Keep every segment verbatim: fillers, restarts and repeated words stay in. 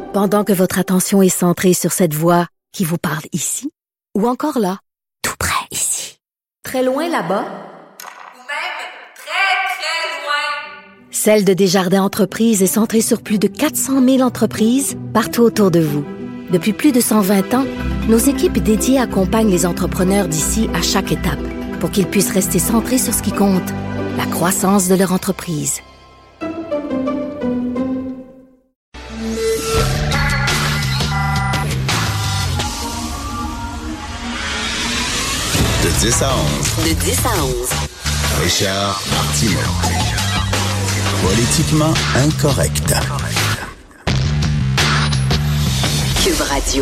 Pendant que votre attention est centrée sur cette voix qui vous parle ici, ou encore là, tout près ici, très loin là-bas, ou même très, très loin, Celle de Desjardins Entreprises est centrée sur plus de quatre cent mille entreprises partout autour de vous. Depuis plus de cent vingt ans, nos équipes dédiées accompagnent les entrepreneurs d'ici à chaque étape pour qu'ils puissent rester centrés sur ce qui compte, la croissance de leur entreprise. De dix à onze. De dix à onze. Richard Martineau. Politiquement incorrect. Cube Radio.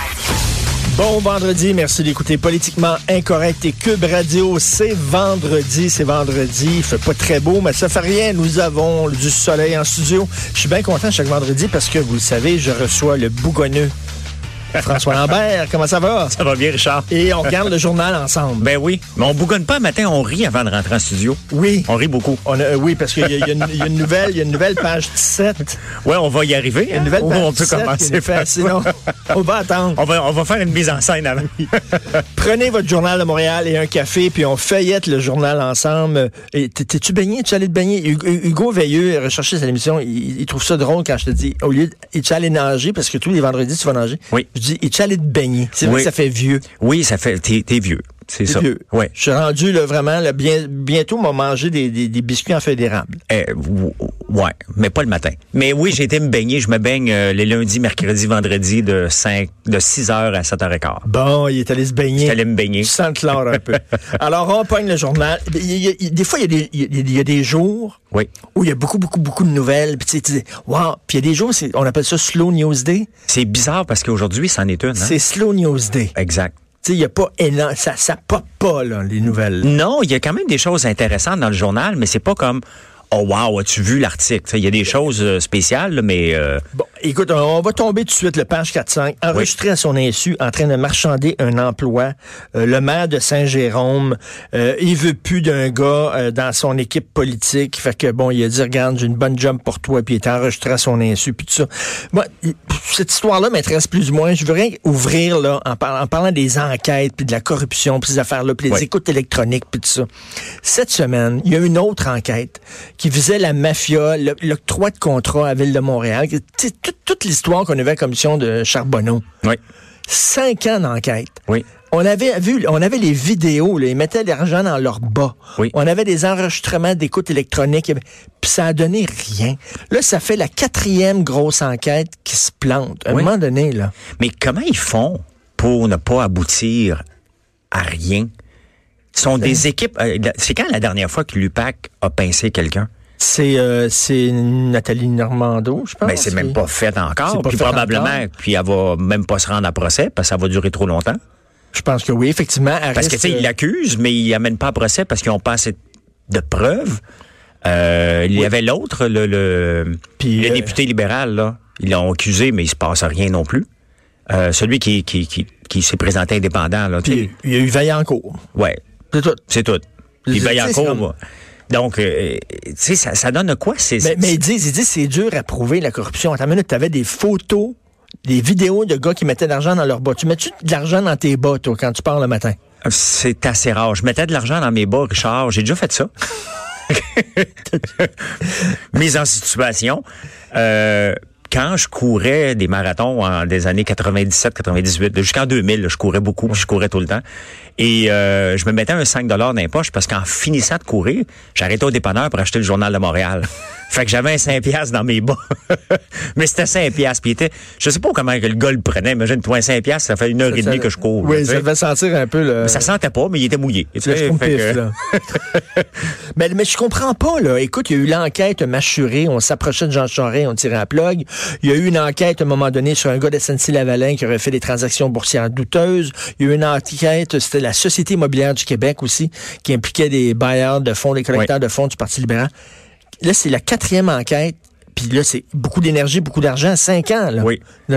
Bon vendredi, merci d'écouter Politiquement Incorrect et Cube Radio. C'est vendredi, c'est vendredi, il fait pas très beau, mais ça fait rien, nous avons du soleil en studio. Je suis bien content chaque vendredi parce que, vous le savez, je reçois le bougonneux François Lambert. Comment ça va? Ça va bien, Richard. Et on regarde le journal ensemble. Ben oui, mais on bougonne pas le matin, on rit avant de rentrer en studio. Oui. On rit beaucoup. On a, euh, oui, parce qu'il y, y, y, y a une nouvelle, il y a une nouvelle page dix-sept. Ouais, on va y arriver. Il y a une nouvelle page on peut dix-sept commencer fait, sinon, on va attendre. On va, on va faire une mise en scène avant. Prenez votre journal de Montréal et un café, puis on feuillette le journal ensemble. Et t'es-tu baigné? Tu allé te baigner? Hugo Veilleux, recherché cette émission, il, il trouve ça drôle quand je te dis, au lieu de, es-tu allé nager, parce que tous les vendredis, tu vas nager. Oui. Je dis, es-tu allé te baigner? C'est vrai oui. que ça fait vieux. Oui, ça fait, t'es, t'es vieux. C'est ça. Vieux. Ouais. Je suis rendu, là, vraiment, là, bien, bientôt, m'a mangé des, des, des biscuits en feuilles d'érable. Euh, ouais, mais pas le matin. Mais oui, j'ai été me baigner. Je me baigne euh, les lundis, mercredis, vendredis de cinq, de six heures à sept heures quinze. Bon, il est allé se baigner. Il est allé me baigner. Tu sens le chlore un peu. Alors, on pogne le journal. Il y a, il y a, des fois, il y, a des, il, y a, il y a des jours oui. où il y a beaucoup, beaucoup, beaucoup de nouvelles. Puis tu sais, tu dis, wow. Puis il y a des jours, c'est, on appelle ça Slow News Day. C'est bizarre parce qu'aujourd'hui, c'en est une. Hein? C'est Slow News Day. Exact. Tu sais, il y a pas énorme, ça, ça pop pas, là, les nouvelles. Non, il y a quand même des choses intéressantes dans le journal, mais c'est pas comme, oh wow, as-tu vu l'article? Il y a des choses spéciales, là, mais... Euh... Bon, écoute, on va tomber tout de suite, le page quatre cinq. Enregistré oui. à son insu, en train de marchander un emploi. Euh, le maire de Saint-Jérôme, euh, il veut plus d'un gars euh, dans son équipe politique. Fait que, bon, il a dit, regarde, j'ai une bonne job pour toi, puis il est enregistré à son insu, puis tout ça. Moi, cette histoire-là m'intéresse plus ou moins. Je veux rien ouvrir, là, en, par- en parlant des enquêtes, puis de la corruption, puis ces affaires-là, puis les oui. écoutes électroniques, puis tout ça. Cette semaine, il y a une autre enquête qui visait la mafia, le, l'octroi de contrat à Ville de Montréal. Toute, toute l'histoire qu'on avait à la commission de Charbonneau. Oui. Cinq ans d'enquête. Oui. On avait vu, on avait les vidéos, là, ils mettaient l'argent dans leur bas. Oui. On avait des enregistrements d'écoute électronique, puis ça a donné rien. Là, ça fait la quatrième grosse enquête qui se plante. À un oui. moment donné, là. Mais comment ils font pour ne pas aboutir à rien? Ce sont des équipes... Euh, c'est quand la dernière fois que l'U P A C a pincé quelqu'un? C'est euh, c'est Nathalie Normando, je pense. Mais c'est même pas fait encore. Pas puis fait probablement, encore. Puis elle va même pas se rendre à procès parce que ça va durer trop longtemps. Je pense que oui, effectivement. Parce reste... que, tu sais, ils l'accusent, mais ils amènent pas à procès parce qu'ils ont pas assez de preuves. Euh, il y oui. avait l'autre, le, le, puis, le euh... député libéral, là. Ils l'ont accusé, mais il se passe rien non plus. Euh, celui qui, qui, qui, qui s'est présenté indépendant, là. Puis il y a eu Vaillancourt. Ouais. C'est tout. C'est tout. Puis Vaillancourt, comme... Donc, euh, tu sais, ça, ça donne quoi? C'est, mais, mais ils disent, ils disent c'est dur à prouver la corruption. Attends une minute, tu avais des photos, des vidéos de gars qui mettaient de l'argent dans leurs bas. Tu mets-tu de l'argent dans tes bas, toi, quand tu pars le matin? C'est assez rare. Je mettais de l'argent dans mes bas, Richard. J'ai déjà fait ça. Mise en situation. Euh, quand je courais des marathons en des années quatre-vingt-dix-sept quatre-vingt-dix-huit, jusqu'en deux mille, là, je courais beaucoup, puis je courais tout le temps. Et euh, je me mettais un cinq dollars dans les poches parce qu'en finissant de courir, j'arrêtais au dépanneur pour acheter le Journal de Montréal. Fait que j'avais un cinq piastres dans mes bas. Mais c'était cinq piastres. Puis était, je sais pas comment que le gars le prenait. Imagine-toi, un cinq piastres, ça fait une heure ça, et demie ça, que je cours. Oui, là, ça devait sentir un peu le... Mais ça sentait pas, mais il était mouillé. Le fait que... là. mais, mais je comprends pas, là. Écoute, il y a eu l'enquête mâchurée. On s'approchait de Jean Charest, on tirait à la plug. Il y a eu une enquête, à un moment donné, sur un gars de S N C-Lavalin qui aurait fait des transactions boursières douteuses. Il y a eu une enquête, c'était la Société immobilière du Québec aussi, qui impliquait des bailleurs de fonds, des collecteurs oui. de fonds du Parti libéral. Là, c'est la quatrième enquête. Puis là, c'est beaucoup d'énergie, beaucoup d'argent, cinq ans, là. Oui. Non, non, rien.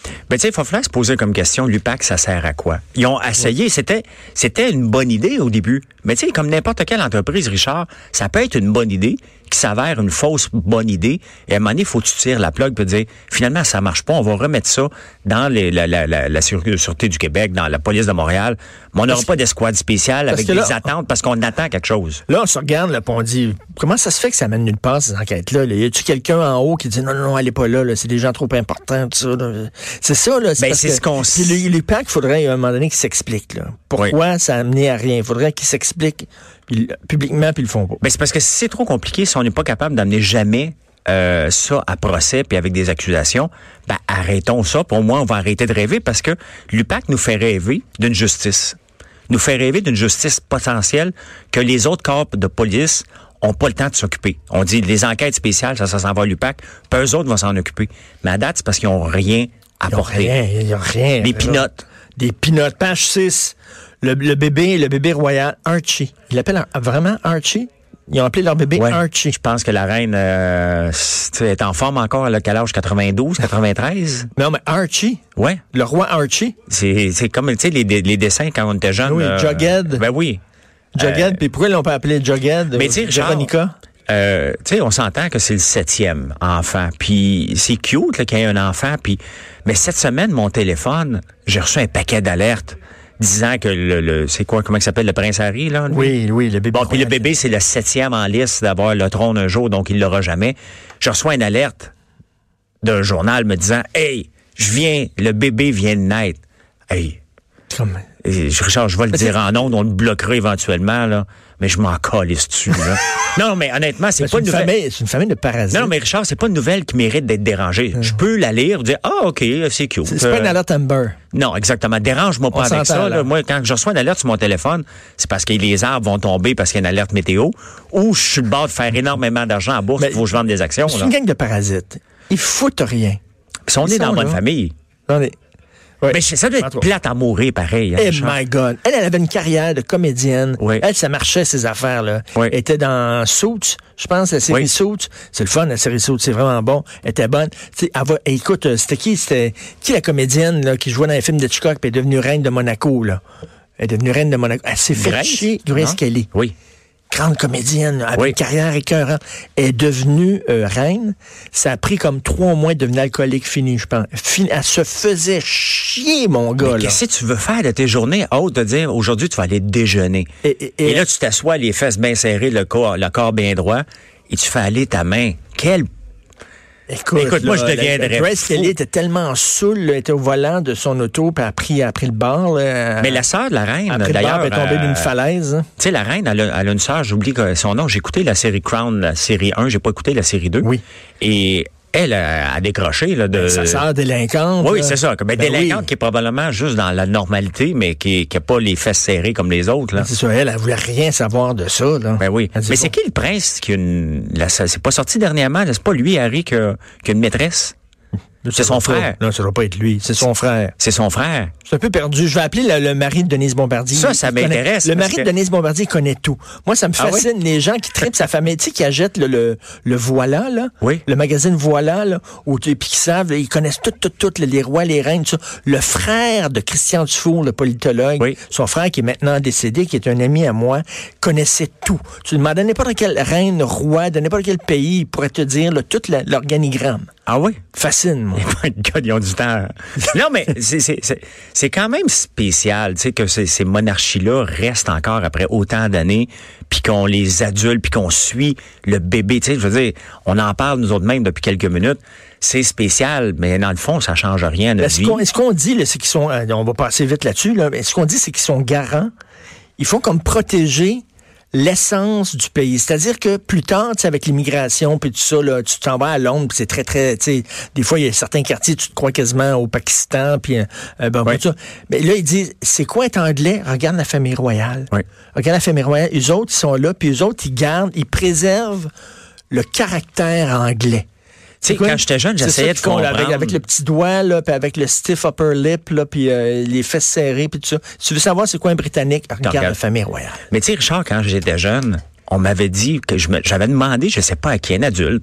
Ben, tu sais, il faut falloir se poser comme question, l'U P A C, ça sert à quoi? Ils ont essayé, ouais. c'était c'était une bonne idée au début. Mais tu sais, comme n'importe quelle entreprise, Richard, ça peut être une bonne idée qui s'avère une fausse bonne idée. Et à un moment donné, il faut que tu tires la plug et dire, finalement, ça marche pas, on va remettre ça dans les, la, la, la, la Sûreté du Québec, dans la police de Montréal. Mais on n'aura pas d'escouade spéciale avec des là, attentes parce qu'on attend quelque chose. Là, on se regarde, là, puis on dit, comment ça se fait que ça mène nulle part, ces enquêtes-là? Là? Y a-tu quelqu'un en haut qui dit, non, non, non, elle est pas là, là c'est des gens trop importants, tout ça, là. C'est ça, là. C'est, ben, c'est que, ce qu'on... Puis l'U P A C, il faudrait, à un moment donné, qu'il s'explique, là. Pourquoi oui. ça a amené à rien? Il faudrait qu'ils s'expliquent puis, publiquement, puis ils le font pas. Ben, c'est parce que si c'est trop compliqué, si on n'est pas capable d'amener jamais euh, ça à procès, puis avec des accusations, ben, arrêtons ça, puis au moins, on va arrêter de rêver, parce que l'U P A C nous fait rêver d'une justice. Nous fait rêver d'une justice potentielle que les autres corps de police ont pas le temps de s'occuper. On dit, les enquêtes spéciales, ça, ça s'en va à l'U P A C, puis eux autres vont s'en occuper. Mais à date, c'est parce qu'ils n'ont rien apporté. Ils n'ont rien, ils n'ont rien. Des pinottes. Des pinottes. Page six. Le, le bébé, le bébé royal, Archie. Ils l'appellent vraiment Archie? Ils ont appelé leur bébé ouais, Archie. Je pense que la reine euh, est en forme encore. Elle a quel âge? quatre-vingt-douze, quatre-vingt-treize? Non, mais Archie. Ouais. Le roi Archie. C'est, c'est comme, tu sais, les, les dessins quand on était jeune. Oui, euh, Jughead. Ben oui. Jughead, euh, puis pourquoi ils l'ont pas appelé Jughead? Mais tu sais, Véronica? Euh, tu sais, on s'entend que c'est le septième enfant. Puis c'est cute là, qu'il y ait un enfant. Puis, mais cette semaine, mon téléphone, j'ai reçu un paquet d'alertes disant que le, le c'est quoi, comment il s'appelle, le prince Harry, là? Lui? Oui, oui, le bébé. Bon, puis le bébé, c'est le septième en liste d'avoir le trône un jour, donc il l'aura jamais. Je reçois une alerte d'un journal me disant, hey, je viens, le bébé vient de naître. Hey. Comme... Et, Richard, je vais le dire en ondes, on le bloquera éventuellement, là. Mais je m'en calisse dessus, là. Non, mais honnêtement, c'est, c'est pas une nouvelle. Famille, c'est une famille de parasites. Non, mais Richard, c'est pas une nouvelle qui mérite d'être dérangée. Mmh. Je peux la lire, dire, ah, OK, c'est cute. C'est, c'est pas une alerte Amber. Non, exactement. Dérange-moi pas on avec ça, là. Moi, quand je reçois une alerte sur mon téléphone, c'est parce que les arbres vont tomber parce qu'il y a une alerte météo, ou je suis le bord de faire énormément d'argent en bourse, il faut que je vende des actions, c'est là. une gang de parasites. Ils foutent rien. Puis on Ils est dans la bonne famille. On est... Oui. Mais ça doit être plate à mourir, pareil. Hein, oh my God. Elle, elle avait une carrière de comédienne. Oui. Elle, ça marchait, ses affaires-là. Oui. Elle était dans Suits, je pense, la série oui. Suits. C'est le fun, la série Suits. C'est vraiment bon. Elle était bonne. Tu sais, elle va, écoute, c'était qui? C'était qui la comédienne là, qui jouait dans les films d'Hitchcock et est devenue reine de Monaco, là? Elle est devenue reine de Monaco. Elle s'est fait chier, Grace Kelly. Oui. Grande comédienne, avec oui. une carrière écœurante. Elle est devenue euh, reine. Ça a pris comme trois mois de devenir alcoolique fini, je pense. Fini, elle se faisait chier, mon gars. Mais là. Qu'est-ce que tu veux faire de tes journées autres de dire, aujourd'hui, tu vas aller déjeuner. Et, et, et, et là, tu t'assois, les fesses bien serrées, le corps, le corps bien droit, et tu fais aller ta main. Quelle Écoute, Écoute, moi, là, je deviendrais Grace Kelly était tellement saoule, elle était au volant de son auto, puis elle a pris, elle a pris le bar. Là, mais la sœur de la reine, après d'ailleurs... Elle est tombée euh, d'une falaise. Hein. Tu sais, la reine, elle a, elle a une sœur, j'oublie son nom, j'ai écouté la série Crown, la série un, j'ai pas écouté la série deux. Oui. Et... Elle a, a décroché. Là, de... Sa sœur délinquante. Oui, là. C'est ça. Ben, ben délinquante oui. qui est probablement juste dans la normalité, mais qui n'a pas les fesses serrées comme les autres. Là. C'est ça, elle, elle voulait rien savoir de ça. Là. Ben oui. Mais c'est qui le prince qui a une... Là, ça, c'est pas sorti dernièrement. C'est pas lui, Harry, qui a, qui a une maîtresse? C'est son frère. Non, ça doit pas être lui. C'est son frère. C'est son frère. C'est un peu perdu. Je vais appeler le, le mari de Denise Bombardier. Ça, ça m'intéresse. Le mari que... de Denise Bombardier connaît tout. Moi, ça me fascine. Ah oui? Les gens qui trippent sa famille, tu sais, qui achètent le, le, le Voilà, là. Oui. Le magazine Voilà, là. Où, puis qui savent, là, ils connaissent tout, tout, tout, les rois, les reines, tout ça. Le frère de Christian Dufour, le politologue, oui. son frère qui est maintenant décédé, qui est un ami à moi, connaissait tout. Tu demandais à n'importe quelle reine, roi, de n'importe quel pays, il pourrait te dire, là, tout la, l'organigramme. Ah oui? Fascine, moi. Ils ont du temps. Non, mais c'est, c'est, c'est, c'est quand même spécial, tu sais, que ces, ces monarchies-là restent encore après autant d'années, puis qu'on les adulte, puis qu'on suit le bébé. Tu sais, je veux dire, on en parle nous autres mêmes depuis quelques minutes. C'est spécial, mais dans le fond, ça change rien à notre est-ce vie. Qu'on, est-ce qu'on dit, là, c'est qu'ils sont, on va passer vite là-dessus, là, mais ce qu'on dit, c'est qu'ils sont garants. Ils font comme protéger l'essence du pays. C'est-à-dire que plus tard, tu sais, avec l'immigration puis tout ça, là, tu t'en vas à Londres, puis c'est très, très, tu sais, des fois, il y a certains quartiers, tu te crois quasiment au Pakistan, puis euh, ben, oui. tout ça. Mais là, ils disent, c'est quoi être anglais? Regarde la famille royale. Oui. Regarde la famille royale. Eux autres, ils sont là, puis eux autres, ils gardent, ils préservent le caractère anglais. Tu sais, quand j'étais jeune, j'essayais de comprendre. Là, avec, avec le petit doigt, là, puis avec le stiff upper lip, là, puis euh, les fesses serrées, puis tout ça. Si tu veux savoir c'est quoi un Britannique, regarde, regarde la famille royale. Mais tu sais, Richard, quand j'étais jeune, on m'avait dit que je me, j'avais demandé, je sais pas à qui, un adulte,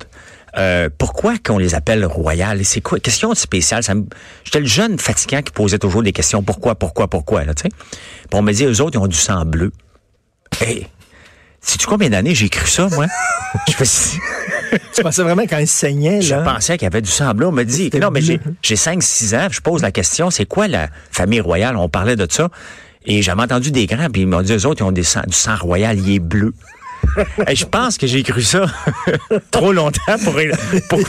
Euh, pourquoi qu'on les appelle royales? C'est quoi? Qu'est-ce qu'ils ont de spécial? Ça me... J'étais le jeune fatigant qui posait toujours des questions. Pourquoi, pourquoi, pourquoi, là, tu sais? Puis on me dit, eux autres, ils ont du sang bleu. Hey! Sais-tu combien d'années j'ai cru ça, moi? Je fais... Tu pensais vraiment quand ils saignaient, Je là? pensais qu'il y avait du sang bleu. On me dit, C'était non, mais bleu. j'ai, j'ai cinq six ans, je pose la question, c'est quoi la famille royale? On parlait de ça. Et j'avais entendu des grands, puis ils m'ont dit, eux autres, ils ont des sang, du sang royal, il est bleu. Et je pense que j'ai cru ça trop longtemps pour, pour,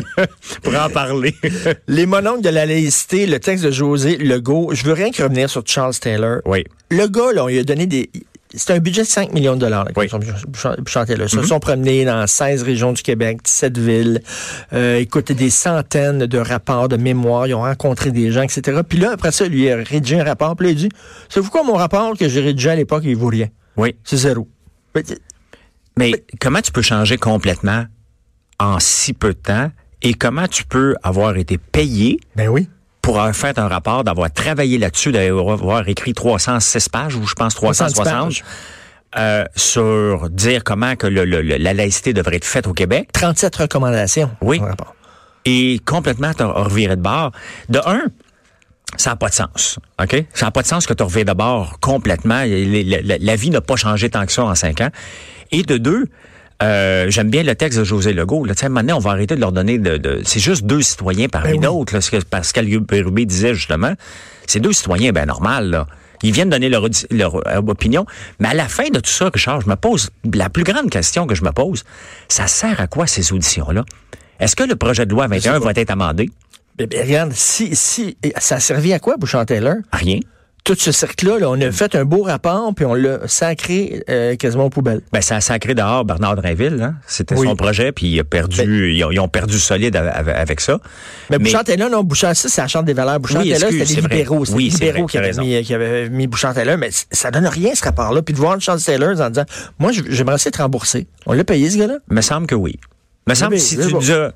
pour en parler. Les mononcles de la laïcité, le texte de José Legault, je veux rien que revenir sur Charles Taylor. Oui. Le gars, là, on lui a donné des... C'est un budget de cinq millions de dollars, la Oui. commission Bouchard-Taylor. Ils se Mm-hmm. sont promenés dans seize régions du Québec, dix-sept villes, euh, écoutaient des centaines de rapports, de mémoires, ils ont rencontré des gens, et cetera. Puis là, après ça, lui, il a rédigé un rapport, puis là, il dit, savez-vous quoi, mon rapport que j'ai rédigé à l'époque, il vaut rien. Oui. C'est zéro. Mais, Mais comment tu peux changer complètement en si peu de temps et comment tu peux avoir été payé ben oui. pour avoir fait un rapport, d'avoir travaillé là-dessus, d'avoir écrit trois cent six pages ou je pense trois cent soixante euh, sur dire comment que le, le, le, la laïcité devrait être faite au Québec. trente-sept recommandations. Oui. Dans le rapport. Et complètement t'as reviré de bord. De un, ça n'a pas de sens, OK? Ça n'a pas de sens que tu reviens de bord complètement. La, la, la vie n'a pas changé tant que ça en cinq ans. Et de deux, euh, j'aime bien le texte de José Legault. Là, maintenant, on va arrêter de leur donner de... de c'est juste deux citoyens parmi Ben oui. d'autres. Là, ce que Pascal Bérubé disait justement. C'est deux citoyens, ben normal, là. Ils viennent donner leur, leur, leur opinion. Mais à la fin de tout ça, Richard, je me pose... La plus grande question que je me pose, ça sert à quoi ces auditions-là? Est-ce que le projet de loi vingt et un va être amendé? Ben, ben, regarde, si, si, ça a servi à quoi, Bouchard-Taylor? Rien. Tout ce cercle-là, là, on a fait un beau rapport, puis on l'a sacré euh, quasiment aux poubelles. Ben, ça a sacré dehors Bernard Drinville, hein? C'était Oui. son projet, puis il a perdu, Ben, ils, ont, ils ont perdu solide avec, avec ça. Mais, Bouchard-Taylor, non, Bouchard, ça, c'est la Charte des valeurs. Bouchard-Taylor, Oui, excuse, c'était les c'est vrai. libéraux. C'était Oui, les c'est libéraux vrai, qui, t'as avaient raison. mis, qui avaient mis Bouchard-Taylor, mais c- ça donne rien, ce rapport-là. Puis de voir Charles Taylor en disant, moi, je- j'aimerais ça être remboursé. On l'a payé, ce gars-là? Me semble que oui. Me semble mais- que si mais tu bon. nous as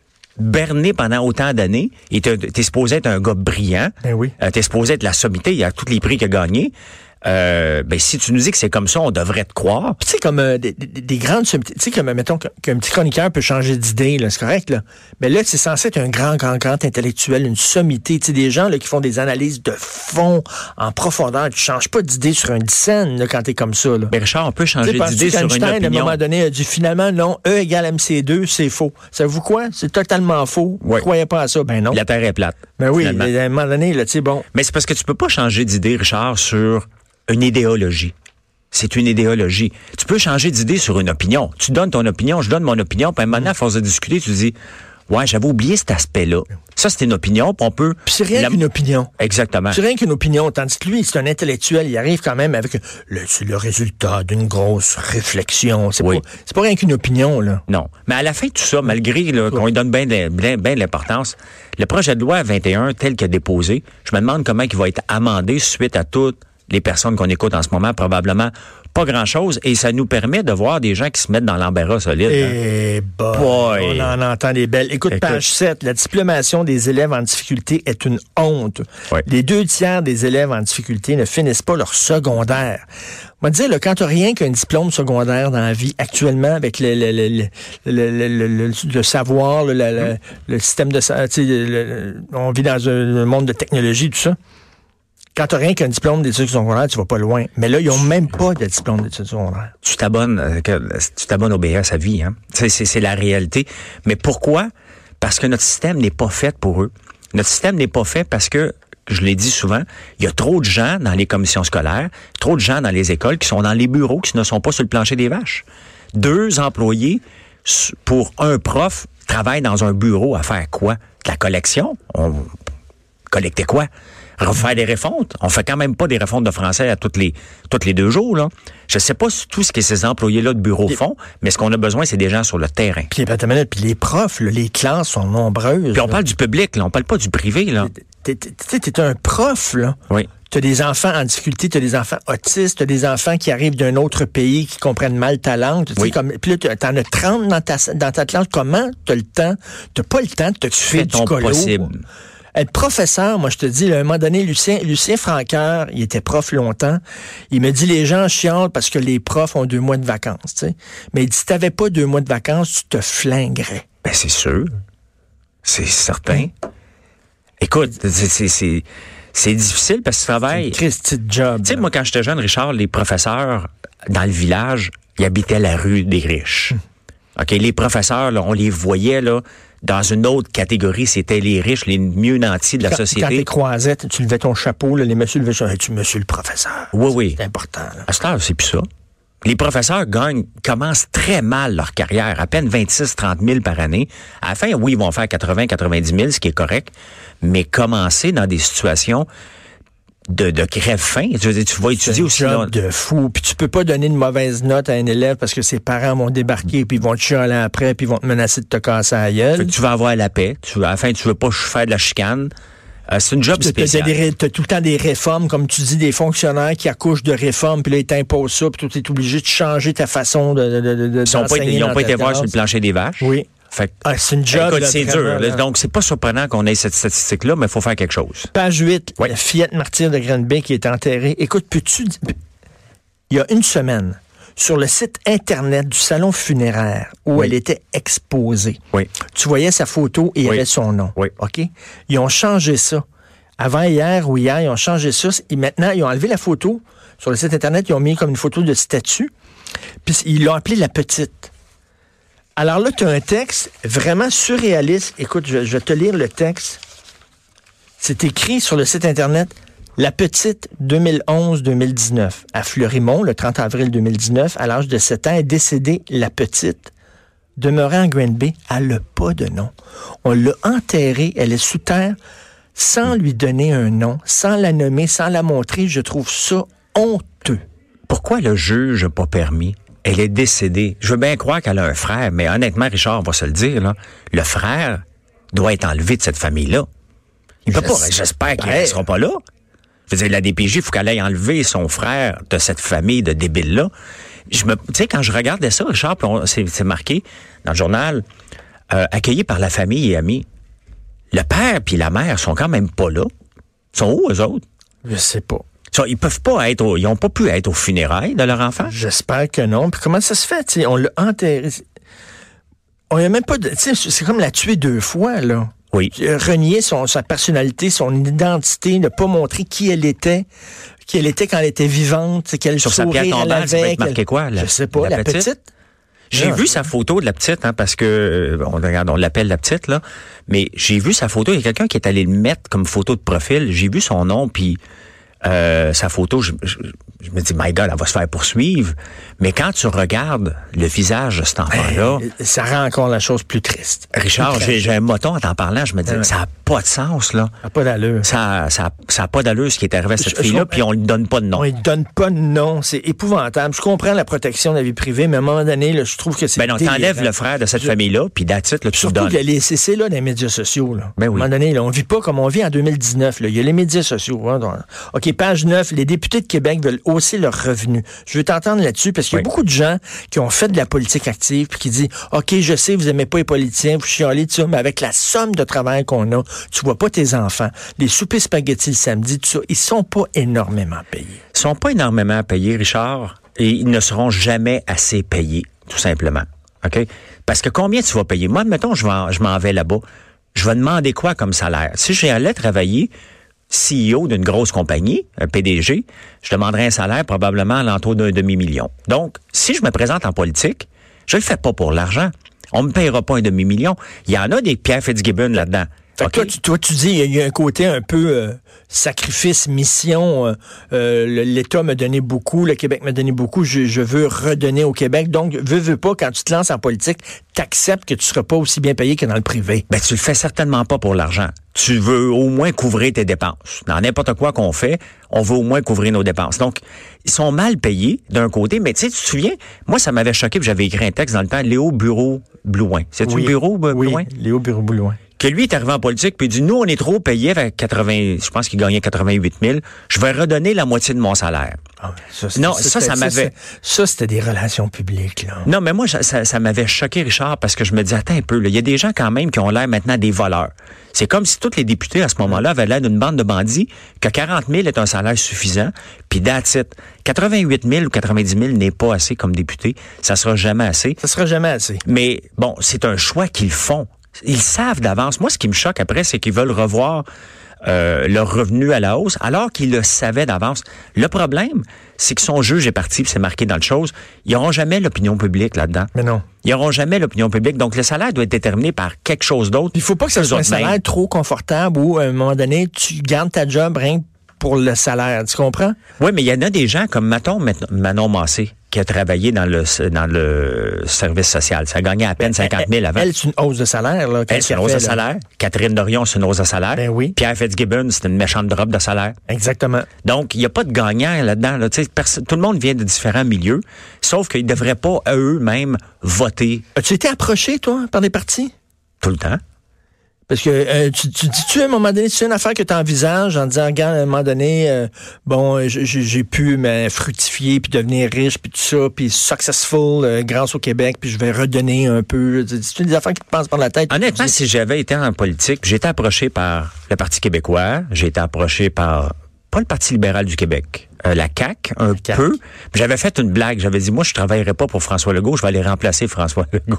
berné pendant autant d'années, et t'es, t'es supposé être un gars brillant, Ben oui. euh, t'es supposé être la sommité, il y a tous les prix qu'il a gagnés, euh, ben si tu nous dis que c'est comme ça, on devrait te croire. Puis tu sais, comme euh, des, des, des grandes sommités, tu sais, comme, mettons, qu'un qu'un petit chroniqueur peut changer d'idée, là, c'est correct, là. Mais là, c'est censé être un grand, grand, grand intellectuel, une sommité. Tu sais, des gens, là, qui font des analyses de fond, en profondeur. Tu changes pas d'idée sur une scène, là, quand t'es comme ça, là. Mais Richard, on peut Tu changer sais, penses-tu d'idée sur une qu'Einstein, à un opinion. moment donné, a dit finalement, non, E égale M C deux, c'est faux. Savez-vous quoi? C'est totalement faux. Vous Ouais. ne croyez pas à ça? Ben non. La Terre est plate. Ben oui, finalement. à un moment donné, là, tu sais, bon. Mais c'est parce que tu peux pas changer d'idée, Richard, sur une idéologie. C'est une idéologie. Tu peux changer d'idée sur une opinion. Tu donnes ton opinion, je donne mon opinion, puis maintenant, à force de discuter, tu dis, ouais, j'avais oublié cet aspect-là. Ça, c'est une opinion, puis on peut... Puis c'est rien la- qu'une opinion. Exactement. C'est rien qu'une opinion, tandis que lui, c'est un intellectuel. Il arrive quand même avec le, c'est le résultat d'une grosse réflexion. C'est Oui. pas, c'est pas rien qu'une opinion, là. Non. Mais à la fin de tout ça, malgré là, qu'on lui donne bien de, bien, bien de l'importance, le projet de loi vingt et un, tel qu'il est déposé, je me demande comment il va être amendé suite à toutes les personnes qu'on écoute en ce moment, probablement pas grand-chose, et ça nous permet de voir des gens qui se mettent dans l'embarras solide. hein. Eh ben, Boy. on en entend des belles. Écoute, Écoute. page sept, la diplomation des élèves en difficulté est une honte. Ouais. Les deux tiers des élèves en difficulté ne finissent pas leur secondaire. On va te dire, là, quand tu n'as rien qu'un diplôme secondaire dans la vie, actuellement, avec le, le, le, le, le, le, le, le savoir, le, le, le, le système de... sa- tu sais, le- le- on vit dans un monde de technologie, tout ça. Quand tu n'as rien qu'un diplôme d'études secondaires, tu vas pas loin. Mais là, ils n'ont même pas de diplôme d'études secondaires. Tu t'abonnes, euh, que- tu t'abonnes au B S à vie, hein. C'est, c'est, c'est la réalité. Mais pourquoi? Parce que notre système n'est pas fait pour eux. Notre système n'est pas fait parce que, je l'ai dit souvent, il y a trop de gens dans les commissions scolaires, trop de gens dans les écoles qui sont dans les bureaux, qui ne sont pas sur le plancher des vaches. Deux employés s- pour un prof travaillent dans un bureau à faire quoi? De la collection? On collectait quoi? Refaire des refontes. On fait quand même pas des refontes de français à toutes les toutes les deux jours, là. Je sais pas si tout ce que ces employés-là de bureau font, mais ce qu'on a besoin, c'est des gens sur le terrain. Puis, attends une minute, puis les profs, là, les classes sont nombreuses. Puis on là. parle du public, là. On parle pas du privé, là. T'es, t'es, t'es- t'es un prof, là. Oui. T'as des enfants en difficulté, t'as des enfants autistes, t'as des enfants qui arrivent d'un autre pays, qui comprennent mal ta langue. Tu sais, Oui. comme, puis là, t'as- t'en as trente dans ta, dans ta classe. Comment t'as le temps? T'as pas le temps de t'occuper Fais du ton colo. possible. Être professeur, moi, je te dis, là, à un moment donné, Lucien, Lucien Francoeur, il était prof longtemps. Il me dit, les gens chialent parce que les profs ont deux mois de vacances, tu sais. Mais il dit, si t'avais pas deux mois de vacances, tu te flinguerais. Ben, c'est sûr. C'est certain. Écoute, c'est, c'est, c'est, c'est difficile parce que tu travailles. C'est une Christie de job. Tu sais, moi, quand j'étais jeune, Richard, les professeurs, dans le village, ils habitaient la rue des riches. Hum. OK, les professeurs, là, on les voyait, là, dans une autre catégorie, c'était les riches, les mieux nantis de la quand, société. Quand tu croisais, tu levais ton chapeau, là, les messieurs levaient ça. Hey, tu monsieur le professeur. Oui, oui. C'est important. Là. À cette heure, c'est plus ça. Les professeurs gagnent, commencent très mal leur carrière, à peine vingt-six à trente mille par année. À la fin, oui, ils vont faire quatre-vingts à quatre-vingt-dix mille, ce qui est correct, mais commencer dans des situations de, de crève-faim. Tu, tu vas étudier aussi. C'est un là. job de fou. Puis tu peux pas donner une mauvaise note à un élève parce que ses parents vont débarquer, puis ils vont te chialer après, puis ils vont te menacer de te casser la gueule. Fait que tu vas avoir la paix. Tu, à la fin, tu veux pas faire de la chicane. Euh, c'est une job Tu spéciale. as tout le temps des réformes, comme tu dis, des fonctionnaires qui accouchent de réformes, puis là, ils t'imposent ça, puis tu es obligé de changer ta façon de, de, de, de Ils n'ont pas été, ils ont pas été voir sur le plancher des vaches. Oui. Fait que, ah, c'est une job. écoute, là, c'est vraiment, dur. là. Donc, c'est pas surprenant qu'on ait cette statistique-là, mais il faut faire quelque chose. Page huit, Oui. la fillette martyre de Granby qui est enterrée. Écoute, peux-tu... Il y a une semaine, sur le site Internet du salon funéraire où Oui. elle était exposée, Oui. tu voyais sa photo et il y Oui. avait son nom. Oui. OK? Ils ont changé ça. Avant hier ou hier, ils ont changé ça. Et maintenant, ils ont enlevé la photo. Sur le site Internet, ils ont mis comme une photo de statue. Puis ils l'ont appelée la petite. Alors là, tu as un texte vraiment surréaliste. Écoute, je, je vais te lire le texte. C'est écrit sur le site Internet « La petite deux mille onze deux mille dix-neuf ». À Fleurimont, le trente avril deux mille dix-neuf, à l'âge de sept ans, est décédée la petite. Demeurant en Granby, elle n'a pas de nom. On l'a enterrée, elle est sous terre, sans lui donner un nom, sans la nommer, sans la montrer. Je trouve ça honteux. Pourquoi le juge n'a pas permis? Elle est décédée. Je veux bien croire qu'elle a un frère, mais honnêtement, Richard, on va se le dire, là, le frère doit être enlevé de cette famille-là. Il peut pas. J'espère qu'il ne restera pas là. Je veux dire, la D P J, il faut qu'elle aille enlever son frère de cette famille de débiles-là. Je me, tu sais, quand je regardais ça, Richard, puis on, c'est, c'est marqué dans le journal, euh, accueilli par la famille et amis. Le père puis la mère sont quand même pas là. Ils sont où, eux autres? Je sais pas. Ils peuvent pas être, au, ils ont pas pu être aux funérailles de leur enfant. J'espère que non. Puis comment ça se fait? T'sais, on l'a enterré. On a même pas de. C'est comme la tuer deux fois, là. Oui. Renier son, sa personnalité, son identité, ne pas montrer qui elle était, qui elle était quand elle était vivante, quel Sur sa pierre tombale, ça va être marqué quoi? La, je sais pas, la, la petite? petite? J'ai non, vu sa photo de la petite, hein, parce que euh, on, regarde, on l'appelle la petite, là. Mais j'ai vu sa photo. Il y a quelqu'un qui est allé le mettre comme photo de profil. J'ai vu son nom, puis euh, sa photo. Je, je, je me dis, my God, elle va se faire poursuivre. Mais quand tu regardes le visage de cet enfant-là, ben, ça rend encore la chose plus triste. Richard, plus j'ai, j'ai un moton en t'en parlant. Je me dis, ouais. ça n'a pas de sens, là. Ça n'a pas d'allure. Ça, ça, ça n'a pas d'allure ce qui est arrivé à cette je, fille-là, je, puis on ne lui donne pas de nom. On ne lui donne pas de nom. C'est épouvantable. Je comprends la protection de la vie privée, mais à un moment donné, là, je trouve que c'est. Ben non, t'enlèves le frère de cette je... famille-là, puis d'attitude, là, tu surtout donnes. Surtout qu'il y a les C C là, dans les médias sociaux. Là. Ben oui. À un moment donné, là, on ne vit pas comme on vit en deux mille dix-neuf. Là. Il y a les médias sociaux. Hein, donc... OK, page neuf. Les députés de Québec veulent hausser leurs revenus. Je veux t'entendre là-dessus, parce qu'il y a oui. beaucoup de gens qui ont fait de la politique active, puis qui disent, OK, je sais, vous aimez pas les politiciens, vous chialez, tout ça, mais avec la somme de travail qu'on a, tu vois pas tes enfants. Les soupers spaghettis le samedi, tout ça, ils sont pas énormément payés. Ils sont pas énormément payés, Richard, et ils ne seront jamais assez payés, tout simplement. OK? Parce que combien tu vas payer? Moi, admettons, je, vais, je m'en vais là-bas. Je vais demander quoi comme salaire? Si j'allais travailler C E O d'une grosse compagnie, un P D G, je demanderais un salaire probablement à l'entour d'un demi-million. Donc, si je me présente en politique, je le fais pas pour l'argent. On me paiera pas un demi-million. Il y en a des Pierre Fitzgibbon là-dedans. Fait okay. que toi, tu, toi, tu dis, il y a un côté un peu euh, sacrifice, mission. Euh, euh, L'État m'a donné beaucoup, le Québec m'a donné beaucoup, je, je veux redonner au Québec. Donc, veux, veux pas, quand tu te lances en politique, t'acceptes que tu seras pas aussi bien payé que dans le privé. Ben, tu le fais certainement pas pour l'argent. Tu veux au moins couvrir tes dépenses. Dans n'importe quoi qu'on fait, on veut au moins couvrir nos dépenses. Donc, ils sont mal payés d'un côté, mais tu sais, tu te souviens, moi, ça m'avait choqué, puis j'avais écrit un texte dans le temps, Léo Bureau-Blouin. C'est-tu oui. Bureau Blouin? Oui, Léo Bureau-Blouin. que lui est arrivé en politique, puis il dit, nous, on est trop payés avec quatre-vingts, je pense qu'il gagnait quatre-vingt-huit mille, je vais redonner la moitié de mon salaire. Ah, ça, non, ça, ça m'avait... Ça, c'était des relations publiques, là. Non, mais moi, ça, ça, ça m'avait choqué, Richard, parce que je me dis, attends un peu, il y a des gens quand même qui ont l'air maintenant des voleurs. C'est comme si tous les députés, à ce moment-là, avaient l'air d'une bande de bandits, que quarante mille est un salaire suffisant, puis that's it. quatre-vingt-huit mille ou quatre-vingt-dix mille n'est pas assez comme député. Ça sera jamais assez. Ça sera jamais assez. Mais bon, c'est un choix qu'ils font. Ils savent d'avance. Moi, ce qui me choque après, c'est qu'ils veulent revoir euh, leur revenu à la hausse, alors qu'ils le savaient d'avance. Le problème, c'est que son juge est parti, puis c'est marqué dans le chose, ils n'auront jamais l'opinion publique là-dedans. Mais non. Ils n'auront jamais l'opinion publique. Donc, le salaire doit être déterminé par quelque chose d'autre. Il ne faut pas que ce soit un salaire même. trop confortable où, à un moment donné, tu gardes ta job rien pour le salaire. Tu comprends? Oui, mais il y en a des gens comme Maton, Manon Massé, qui a travaillé dans le dans le service social. Ça gagnait à peine cinquante mille avant. Elle, c'est une hausse de salaire. Là, elle, c'est une hausse de salaire. Catherine Dorion, c'est une hausse de salaire. Ben oui. Pierre Fitzgibbon, c'est une méchante drop de salaire. Exactement. Donc, il n'y a pas de gagnant là-dedans. Là. Pers- tout le monde vient de différents milieux, sauf qu'ils ne devraient pas eux-mêmes voter. As-tu été approché, toi, par des partis? Tout le temps. Parce que euh, tu, tu dis-tu à un moment donné, c'est une affaire que tu envisages en disant, regarde, à un moment donné, euh, bon, j'ai, j'ai pu me fructifier, puis devenir riche, puis tout ça, puis successful euh, grâce au Québec, puis je vais redonner un peu. C'est une des affaires qui te passent par la tête. Honnêtement, si j'avais été en politique, j'ai été approché par le Parti québécois, j'ai été approché par, pas le Parti libéral du Québec, euh, la C A Q, un C A Q. Peu. J'avais fait une blague, j'avais dit, moi, je travaillerai pas pour François Legault, je vais aller remplacer François Legault.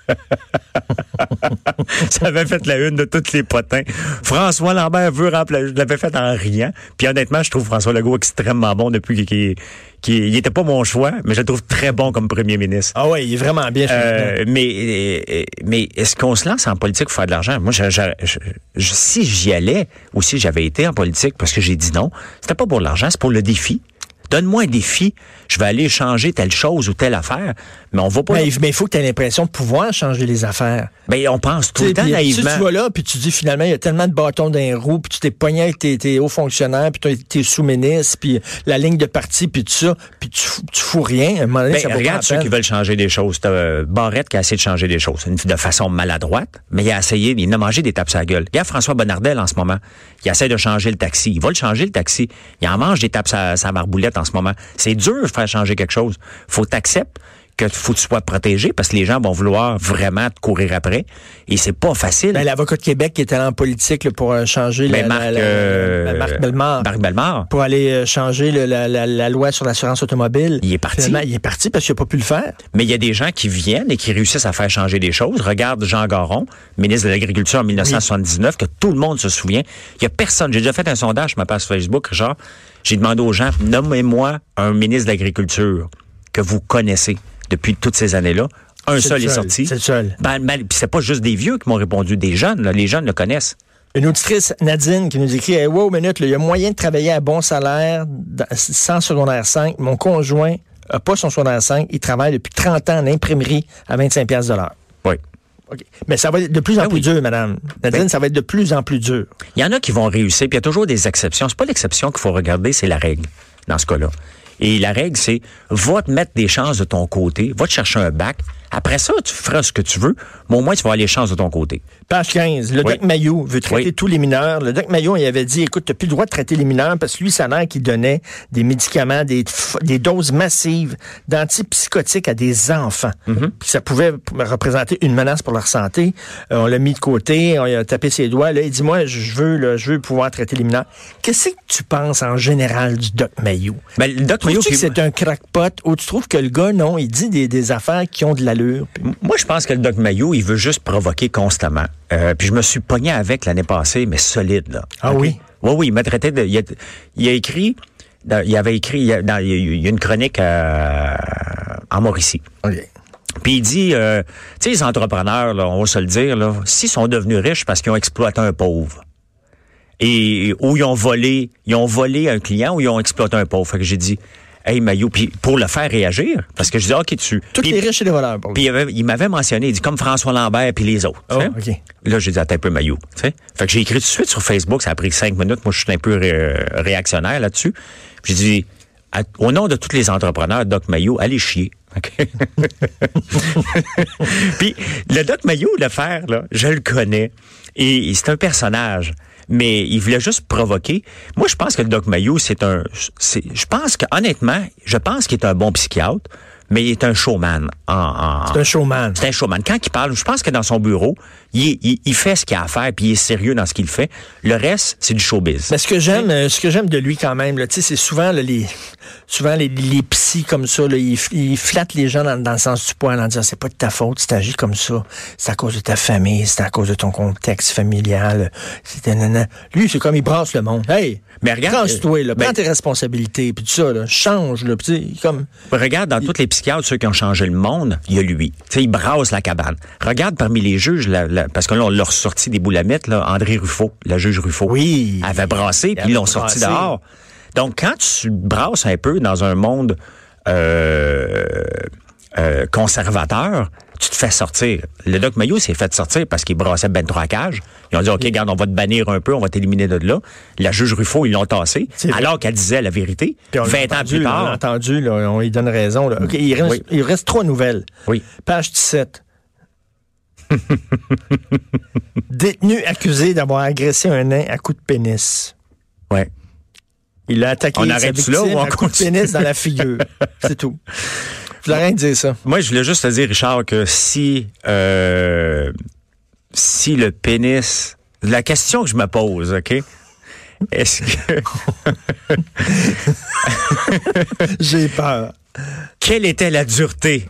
Ça avait fait la une de tous les potins. François Lambert veut remplacer. Je l'avais fait en riant. Puis honnêtement, je trouve François Legault extrêmement bon depuis qu'il qu'il il était pas mon choix, mais je le trouve très bon comme premier ministre. Ah ouais, il est vraiment bien. Euh, mais mais est-ce qu'on se lance en politique pour faire de l'argent? Moi, je, je, je, je, si j'y allais ou si j'avais été en politique parce que j'ai dit non, c'était pas pour l'argent, c'est pour le défi. Donne-moi un défi, je vais aller changer telle chose ou telle affaire, mais on va pas... Mais il faut que tu aies l'impression de pouvoir changer les affaires. Ben, on pense tout t'sais, le temps naïvement. Si tu vas là, puis tu dis finalement, il y a tellement de bâtons dans les roues, puis tu t'es pogné avec tes, tes hauts fonctionnaires, puis tes sous-ministres, puis la ligne de parti, puis tout ça, puis tu, tu fous rien. À un moment donné, ben, ça va regarde pas ceux qui veulent changer des choses. T'as euh, Barrette qui a essayé de changer des choses de façon maladroite, mais il a essayé, il a mangé des tapes à la gueule. Il y a François Bonnardel en ce moment. Il essaie de changer le taxi. Il va le changer, le taxi. Il en mange des tapes à sa marboulette en ce moment. C'est dur de faire changer quelque chose. Faut t'accepter que faut que tu sois protégé parce que les gens vont vouloir vraiment te courir après et c'est pas facile. Ben, l'avocat de Québec qui est allé en politique là, pour euh, changer ben, la, Marc, la, la, euh, la, Marc Bellemare. Marc Bellemare. Pour aller euh, changer le, la, la, la loi sur l'assurance automobile. Il est parti. Finalement, il est parti parce qu'il n'a pas pu le faire. Mais il y a des gens qui viennent et qui réussissent à faire changer des choses. Regarde Jean Garon, ministre de l'Agriculture en dix-neuf cent soixante-dix-neuf, oui. que tout le monde se souvient. Il y a personne. J'ai déjà fait un sondage sur ma page Facebook, Richard. J'ai demandé aux gens, nommez-moi un ministre de l'Agriculture que vous connaissez depuis toutes ces années-là. Un c'est seul est seul, sorti. C'est le seul. Ben, ben, puis c'est pas juste des vieux qui m'ont répondu, des jeunes. Là, les jeunes le connaissent. Une auditrice, Nadine, qui nous écrit hey, « Wow, minute, il y a moyen de travailler à bon salaire dans, sans secondaire cinq. Mon conjoint n'a pas son secondaire cinq. Il travaille depuis trente ans en imprimerie à vingt-cinq piastres de l'heure. » Oui. Okay. Mais ça va être de plus en ben plus oui. dur, madame. Nadine, ben, ça va être de plus en plus dur. Il y en a qui vont réussir, puis il y a toujours des exceptions. C'est pas l'exception qu'il faut regarder, c'est la règle dans ce cas-là. Et la règle, c'est va te mettre des chances de ton côté, va te chercher un bac. Après ça, tu feras ce que tu veux, mais au moins, tu vas avoir les chances de ton côté. Page quinze. Le oui. Doc Mailloux veut traiter oui. tous les mineurs. Le Doc Mailloux, il avait dit, écoute, tu n'as plus le droit de traiter les mineurs parce que lui, ça a l'air qu'il donnait des médicaments, des, des doses massives d'antipsychotiques à des enfants. Mm-hmm. Puis ça pouvait représenter une menace pour leur santé. Euh, on l'a mis de côté, on a tapé ses doigts. Là, il dit, moi, je veux, là, je veux pouvoir traiter les mineurs. Qu'est-ce que tu penses en général du Doc Mailloux? Ben, le Doc Mailloux, que c'est un crackpot ou tu trouves que le gars, non, il dit des, des affaires qui ont de l'allure? Moi, je pense que le Doc Mailloux, il veut juste provoquer constamment. Euh, puis je me suis pogné avec l'année passée, mais solide, là. Ah okay? oui? Oui, oui, il m'a traité de... Il a, il a écrit... Il avait écrit... Il y a, dans, il y a une chronique à, en Mauricie. OK. Puis il dit... Euh, tu sais, les entrepreneurs, là, on va se le dire, là, s'ils sont devenus riches parce qu'ils ont exploité un pauvre, et ou ils ont volé, ils ont volé un client ou ils ont exploité un pauvre. Fait que j'ai dit... Hey, Mailloux, puis pour le faire réagir, parce que je dis, OK, dessus. Tous les riches et les voleurs. Puis il, avait, il m'avait mentionné, il dit, comme François Lambert puis les autres. Oh, OK. Là, j'ai dit, attends un peu, Mailloux. T'sais? Fait que j'ai écrit tout de suite sur Facebook, ça a pris cinq minutes, moi, je suis un peu ré- réactionnaire là-dessus. J'ai dit, à, au nom de tous les entrepreneurs, Doc Mayou, allez chier. Okay? Puis, le Doc Mayou, le faire, là, je le connais. Et c'est un personnage. Mais il voulait juste provoquer. Moi, je pense que le Doc Mayou, c'est un... C'est, je pense que, honnêtement, je pense qu'il est un bon psychiatre, mais il est un showman. En, en, c'est un showman. C'est un showman. Quand il parle, je pense que dans son bureau, il, il, il fait ce qu'il a à faire, puis il est sérieux dans ce qu'il fait. Le reste, c'est du showbiz. Mais ce que j'aime, euh, ce que j'aime de lui quand même, là, tu sais, c'est souvent là, les, souvent les, les psys comme ça, là, ils, ils flattent les gens dans, dans le sens du poil en disant c'est pas de ta faute, si t'agis comme ça, c'est à cause de ta famille, c'est à cause de ton contexte familial. C'est nanana. Lui, c'est comme il brasse le monde. Hey, mais regarde, tranche-toi, là, ben, prends tes responsabilités, puis tout ça, là, change, là, puis comme. Regarde dans il, tous les psychiatres, ceux qui ont changé le monde, il y a lui. Tu sais, il brasse la cabane. Regarde parmi les juges, la, la, parce que là, on l'a ressorti des boulamites, là, André Ruffo, la juge Ruffo. Oui. Avait brassé, puis ils l'ont sorti dehors. Donc, quand tu brasses un peu dans un monde euh, euh, conservateur, tu te fais sortir. Le Doc Mayou s'est fait sortir parce qu'il brassait ben trop à cage. Ils ont dit, OK, regarde, on va te bannir un peu, on va t'éliminer de là. La juge Ruffo, ils l'ont tassé, alors qu'elle disait la vérité. vingt ans plus tard. On l'a entendu, là, on lui donne raison. Là. OK, il reste, oui. il reste trois nouvelles. Oui. Page dix-sept. Détenu accusé d'avoir agressé un nain à coups de pénis. Ouais. Il a attaqué on sa arrête victime là, ou on à coups de pénis dans la figure. C'est tout. Je voulais rien de dire ça. Moi, je voulais juste te dire, Richard, que si euh, si le pénis... La question que je me pose, OK? Est-ce que... J'ai peur. Quelle était la dureté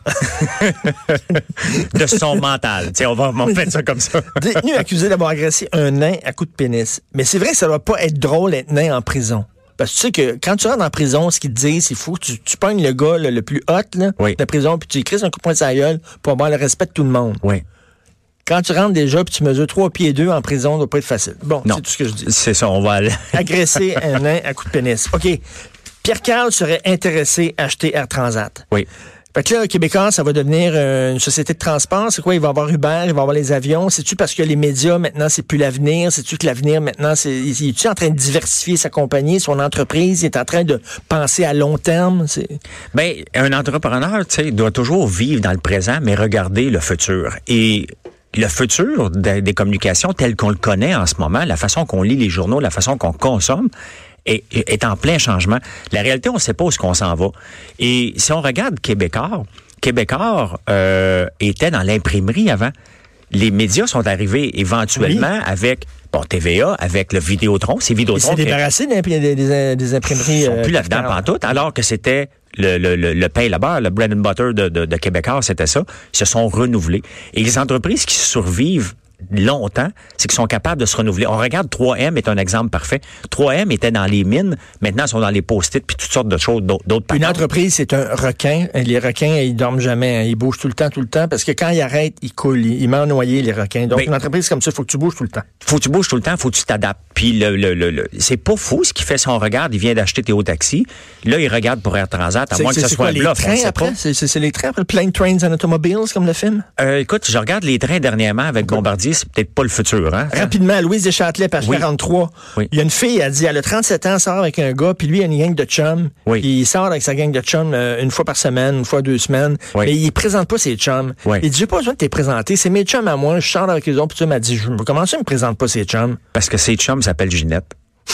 de son mental? T'sais, on va on fait ça comme ça. Détenu accusé d'avoir agressé un nain à coups de pénis. Mais c'est vrai que ça doit pas être drôle d'être nain en prison. Parce que tu sais que quand tu rentres en prison, ce qu'ils te disent, c'est fou. Tu, tu pognes le gars là, le plus hot là, oui. de la prison, puis tu lui crises un coup de poing sur la gueule pour avoir le respect de tout le monde. Oui. Quand tu rentres déjà puis tu mesures trois pieds deux en prison, ça doit pas être facile. Bon, non, c'est tout ce que je dis. C'est ça, on va aller. Agresser un nain à coups de pénis. OK. Pierre Carl serait intéressé à acheter Air Transat. Oui. Fait que là, Québécois, ça va devenir une société de transport. C'est quoi? Il va y avoir Uber, il va y avoir les avions. C'est-tu parce que les médias, maintenant, c'est plus l'avenir? C'est-tu que l'avenir, maintenant, c'est... Il est-tu en train de diversifier sa compagnie, son entreprise? Il est en train de penser à long terme? C'est... Ben, un entrepreneur, tu sais, doit toujours vivre dans le présent, mais regarder le futur. Et le futur des, des communications tel qu'on le connaît en ce moment, la façon qu'on lit les journaux, la façon qu'on consomme, Est, est en plein changement. La réalité, on ne sait pas où est-ce qu'on s'en va. Et si on regarde Québécois, Québécois euh, était dans l'imprimerie avant. Les médias sont arrivés éventuellement oui. avec bon T V A, avec le Vidéotron. C'est Vidéotron. Ils s'est débarrassé des, des, des imprimeries. Ils sont euh, plus là-dedans pantoute, alors que c'était le, le, le, le pain là-bas, le bread and butter de, de, de Québécois, c'était ça. Ils se sont renouvelés. Et les entreprises qui survivent longtemps, c'est qu'ils sont capables de se renouveler. On regarde trois M est un exemple parfait. trois M était dans les mines, maintenant ils sont dans les post-it puis toutes sortes de choses d'autres, d'autres Une entreprise, c'est un requin. Les requins, ils dorment jamais. Hein. Ils bougent tout le temps, tout le temps, parce que quand ils arrêtent, ils coulent. Ils, ils meurent noyés, les requins. Donc, ben, une entreprise comme ça, il faut que tu bouges tout le temps. Faut que tu bouges tout le temps, faut que tu t'adaptes. Puis le, le, le, le c'est pas fou ce qu'il fait si on regarde. Il vient d'acheter Théo Taxi. Là, il regarde pour Air Transat, à c'est, moins c'est, que ce soit quoi, un bluff. Les trains après? C'est, c'est, c'est les trains après? Plane Trains and Automobiles, comme le film? Euh, écoute, je regarde les trains dernièrement avec okay. Bombardier. C'est peut-être pas le futur, hein? Rapidement, Louise Deschâtelet, page oui. quarante-trois. Oui. Il y a une fille, elle dit, elle a trente-sept ans, sort avec un gars, puis lui, il a une gang de chums. Oui. Puis il sort avec sa gang de chums euh, une fois par semaine, une fois deux semaines. Oui. Mais il présente pas ses chums. Oui. Il dit, j'ai pas besoin de te présenter. C'est mes chums à moi. Je sors avec eux autres. Puis tu m'as dit, comment ça, il me présente pas ses chums? Parce que ses chums s'appellent Ginette.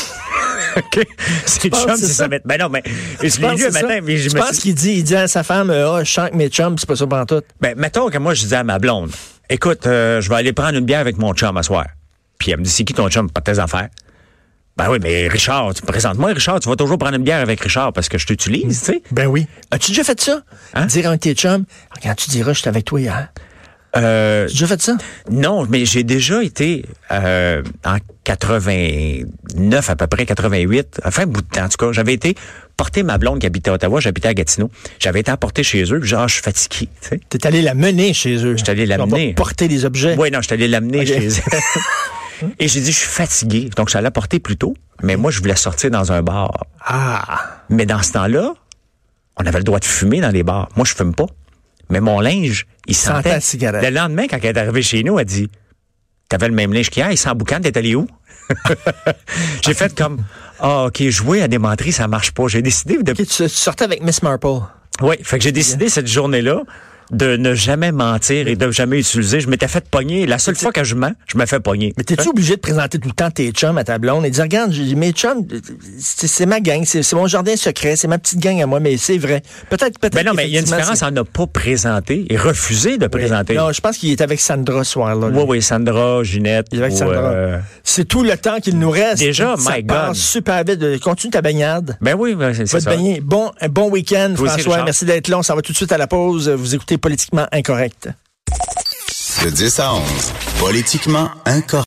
OK. C'est chum, c'est ça. Ben non, mais je l'ai lu un matin, mais je me pense suis... qu'il dit, il dit à sa femme, ah, oh, je chante avec mes chums, c'est pas ça pantoute. Ben, mettons que moi, je disais à ma blonde, écoute, euh, je vais aller prendre une bière avec mon chum à soir. Puis elle me dit, c'est qui ton chum? Pas tes affaires. Ben oui, mais Richard, tu présente-moi, Richard, tu vas toujours prendre une bière avec Richard parce que je t'utilise, tu sais. Ben oui. As-tu déjà fait ça? Hein? Dire à un de tes chums, quand tu diras, j'étais avec toi hier. Euh, tu as déjà fait ça? Non, mais j'ai déjà été euh, en quatre-vingt-neuf à peu près, quatre-vingt-huit, enfin un bout de temps en tout cas, j'avais été porter ma blonde qui habitait à Ottawa, j'habitais à Gatineau. J'avais été apporter chez eux, puis genre je suis fatigué. Tu sais. T'es allé la mener chez eux? J'étais allé l'amener. Porter des objets? Oui, non, j'étais allé l'amener okay. chez eux. Et j'ai dit, je suis fatigué. Donc, je suis allé la porter plus tôt, mais moi, je voulais sortir dans un bar. Ah! Mais dans ce temps-là, on avait le droit de fumer dans les bars. Moi, je fume pas. Mais mon linge, il sentait. La cigarette. Le lendemain, quand elle est arrivée chez nous, elle dit, t'avais le même linge qu'hier, il sent boucan, t'es allé où? J'ai fait comme, Ah, OK, jouer à des menteries, ça marche pas. J'ai décidé de... Okay, tu, tu sortais avec Miss Marple. Oui, fait que j'ai décidé cette journée-là de ne jamais mentir et de jamais utiliser. Je m'étais fait pogner. La seule fois que je mens, je me fais pogner. Mais t'es-tu obligé de présenter tout le temps tes chums à ta blonde et dire, regarde, j'ai dit, mes chums, c'est, c'est ma gang, c'est, c'est mon jardin secret, c'est ma petite gang à moi, mais c'est vrai. Peut-être, peut-être. Mais non, mais il y a une différence c'est... en ne pas présenter et refuser de oui. présenter. Non, je pense qu'il est avec Sandra ce soir-là. Oui, oui, Sandra, Ginette. Il est avec ou, Sandra. Euh... C'est tout le temps qu'il nous reste. Déjà, ça my passe God. super vite. Continue ta baignade. Ben oui, ben c'est, c'est ça. Baigner. Bon, un bon week-end, Vous François. aussi, merci d'être là. On s'en va tout de suite à la pause. Vous écoutez Politiquement Incorrect. De dix à onze, Politiquement Incorrect.